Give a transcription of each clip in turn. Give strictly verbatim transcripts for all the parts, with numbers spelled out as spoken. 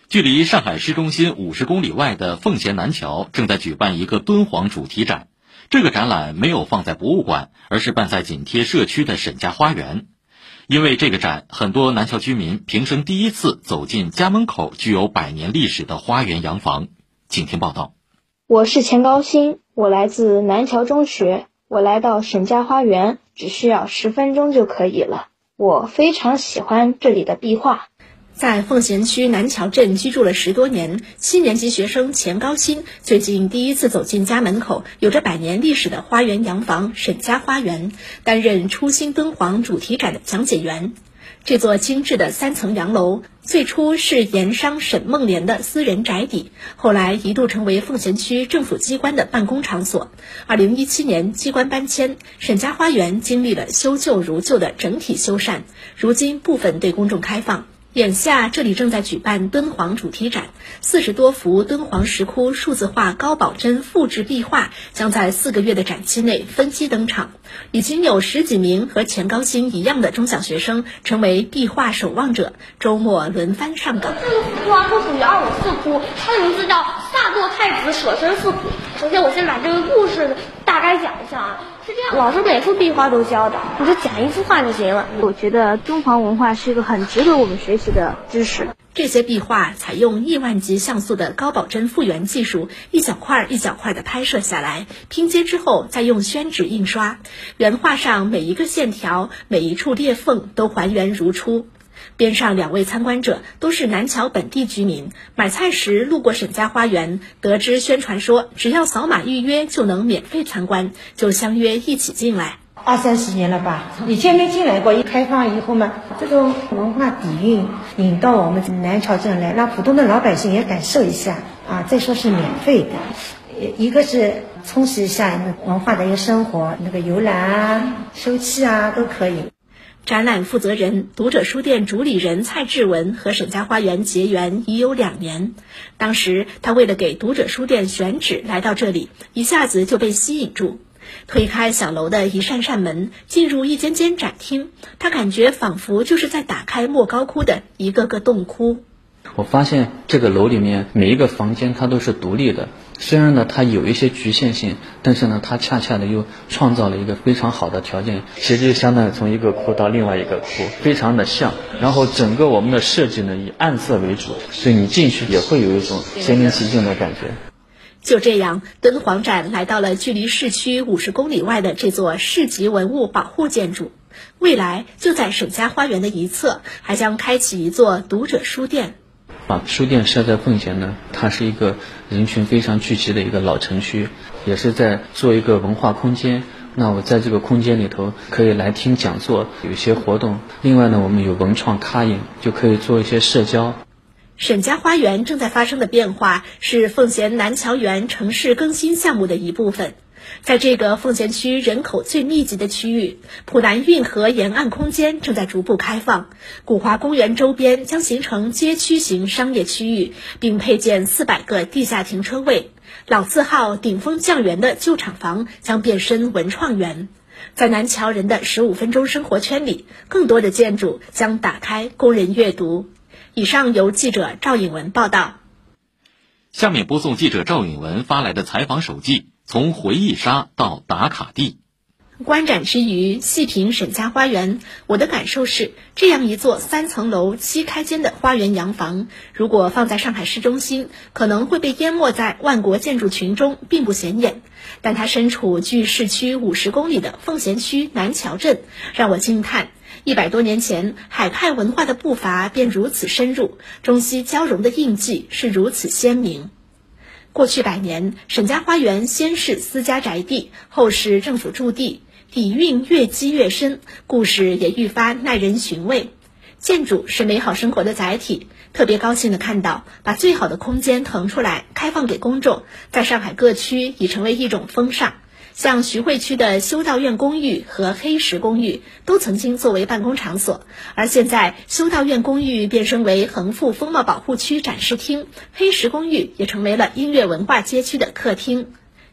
距离上海市中心五十公里外的奉贤南桥正在举办一个敦煌主题展。这个展览没有放在博物馆，而是办在紧贴社区的沈家花园。因为这个展，很多南桥居民平生第一次走进家门口具有百年历史的花园洋房。请听报道。 我是钱高新，我来自南桥中学。我来到沈家花园只需要十分钟就可以了。我非常喜欢这里的壁画。 在奉贤区南桥镇居住了十多年，七年级学生钱高新最近第一次走进家门口有着百年历史的花园洋房沈家花园，担任初心敦煌主题展的讲解员。这座精致的三层洋楼最初是盐商沈梦莲的私人宅邸，后来一度成为奉贤区政府机关的办公场所。二零一七年机关搬迁，沈家花园经历了修旧如旧的整体修缮，如今部分对公众开放。眼下这里正在举办敦煌主题展，四十多幅敦煌石窟数字化高保真复制壁画将在四个月的展期内分期登场。已经有十几名和钱高新一样的中小学生成为壁画守望者，周末轮番上岗。 这个石窟啊不属于二五四窟，它的名字叫萨埵太子舍身寺窟。首先我先把这个故事大概讲一下啊。是这样，老师每幅壁画都教的，你就讲一幅画就行了。 我觉得敦煌文化是一个很值得我们学习的知识。 这些壁画采用亿万级像素的高保真复原技术，一小块一小块的拍摄下来，拼接之后再用宣纸印刷，原画上每一个线条、每一处裂缝都还原如初。边上两位参观者都是南桥本地居民，买菜时路过沈家花园，得知宣传说只要扫码预约就能免费参观，就相约一起进来。 二三十年了吧，以前没进来过，一开放以后嘛，这种文化底蕴引到我们南桥镇来，让普通的老百姓也感受一下啊。再说是免费的，一个是充实一下文化的一个生活，那个游览啊、收憩啊都可以。 展览负责人、读者书店主理人蔡志文和沈家花园结缘已有两年。当时他为了给读者书店选址来到这里，一下子就被吸引住。推开小楼的一扇扇门，进入一间间展厅，他感觉仿佛就是在打开莫高窟的一个个洞窟。 我发现这个楼里面每一个房间它都是独立的，虽然呢它有一些局限性，但是呢它恰恰的又创造了一个非常好的条件，其实就相当于从一个窟到另外一个窟，非常的像。然后整个我们的设计呢以暗色为主，所以你进去也会有一种身临其境的感觉。 就这样，敦煌展来到了距离市区五十公里外的这座市级文物保护建筑。未来就在沈家花园的一侧，还将开启一座读者书店。 把书店设在奉贤呢，它是一个人群非常聚集的一个老城区，也是在做一个文化空间。那我在这个空间里头可以来听讲座，有一些活动。另外呢，我们有文创咖饮，就可以做一些社交。 沈家花园正在发生的变化是奉贤南桥园城市更新项目的一部分。在这个奉贤区人口最密集的区域，普南运河沿岸空间正在逐步开放，古华公园周边将形成街区型商业区域，并配建四百个地下停车位。老字号顶峰酱园的旧厂房将变身文创园。在南桥人的十五分钟生活圈里，更多的建筑将打开供人阅读。以上由记者赵颖文报道。 下面播送记者赵颖文发来的采访手记，从回忆杀到打卡地。 观展之余，细品沈家花园，我的感受是，这样一座三层楼七开间的花园洋房，如果放在上海市中心，可能会被淹没在万国建筑群中，并不显眼。但它身处距市区五十公里的奉贤区南桥镇，让我惊叹。一百多年前，海派文化的步伐便如此深入，中西交融的印记是如此鲜明。过去百年，沈家花园先是私家宅地，后是政府驻地，底蕴越积越深，故事也愈发耐人寻味。建筑是美好生活的载体，特别高兴地看到把最好的空间腾出来开放给公众，在上海各区已成为一种风尚。像徐汇区的修道院公寓和黑石公寓都曾经作为办公场所，而现在修道院公寓变身为恒富风貌保护区展示厅，黑石公寓也成为了音乐文化街区的客厅。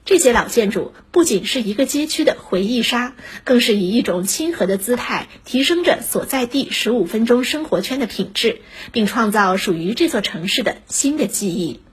这些老建筑不仅是一个街区的回忆杀，更是以一种亲和的姿态提升着所在地十五分钟生活圈的品质，并创造属于这座城市的新的记忆。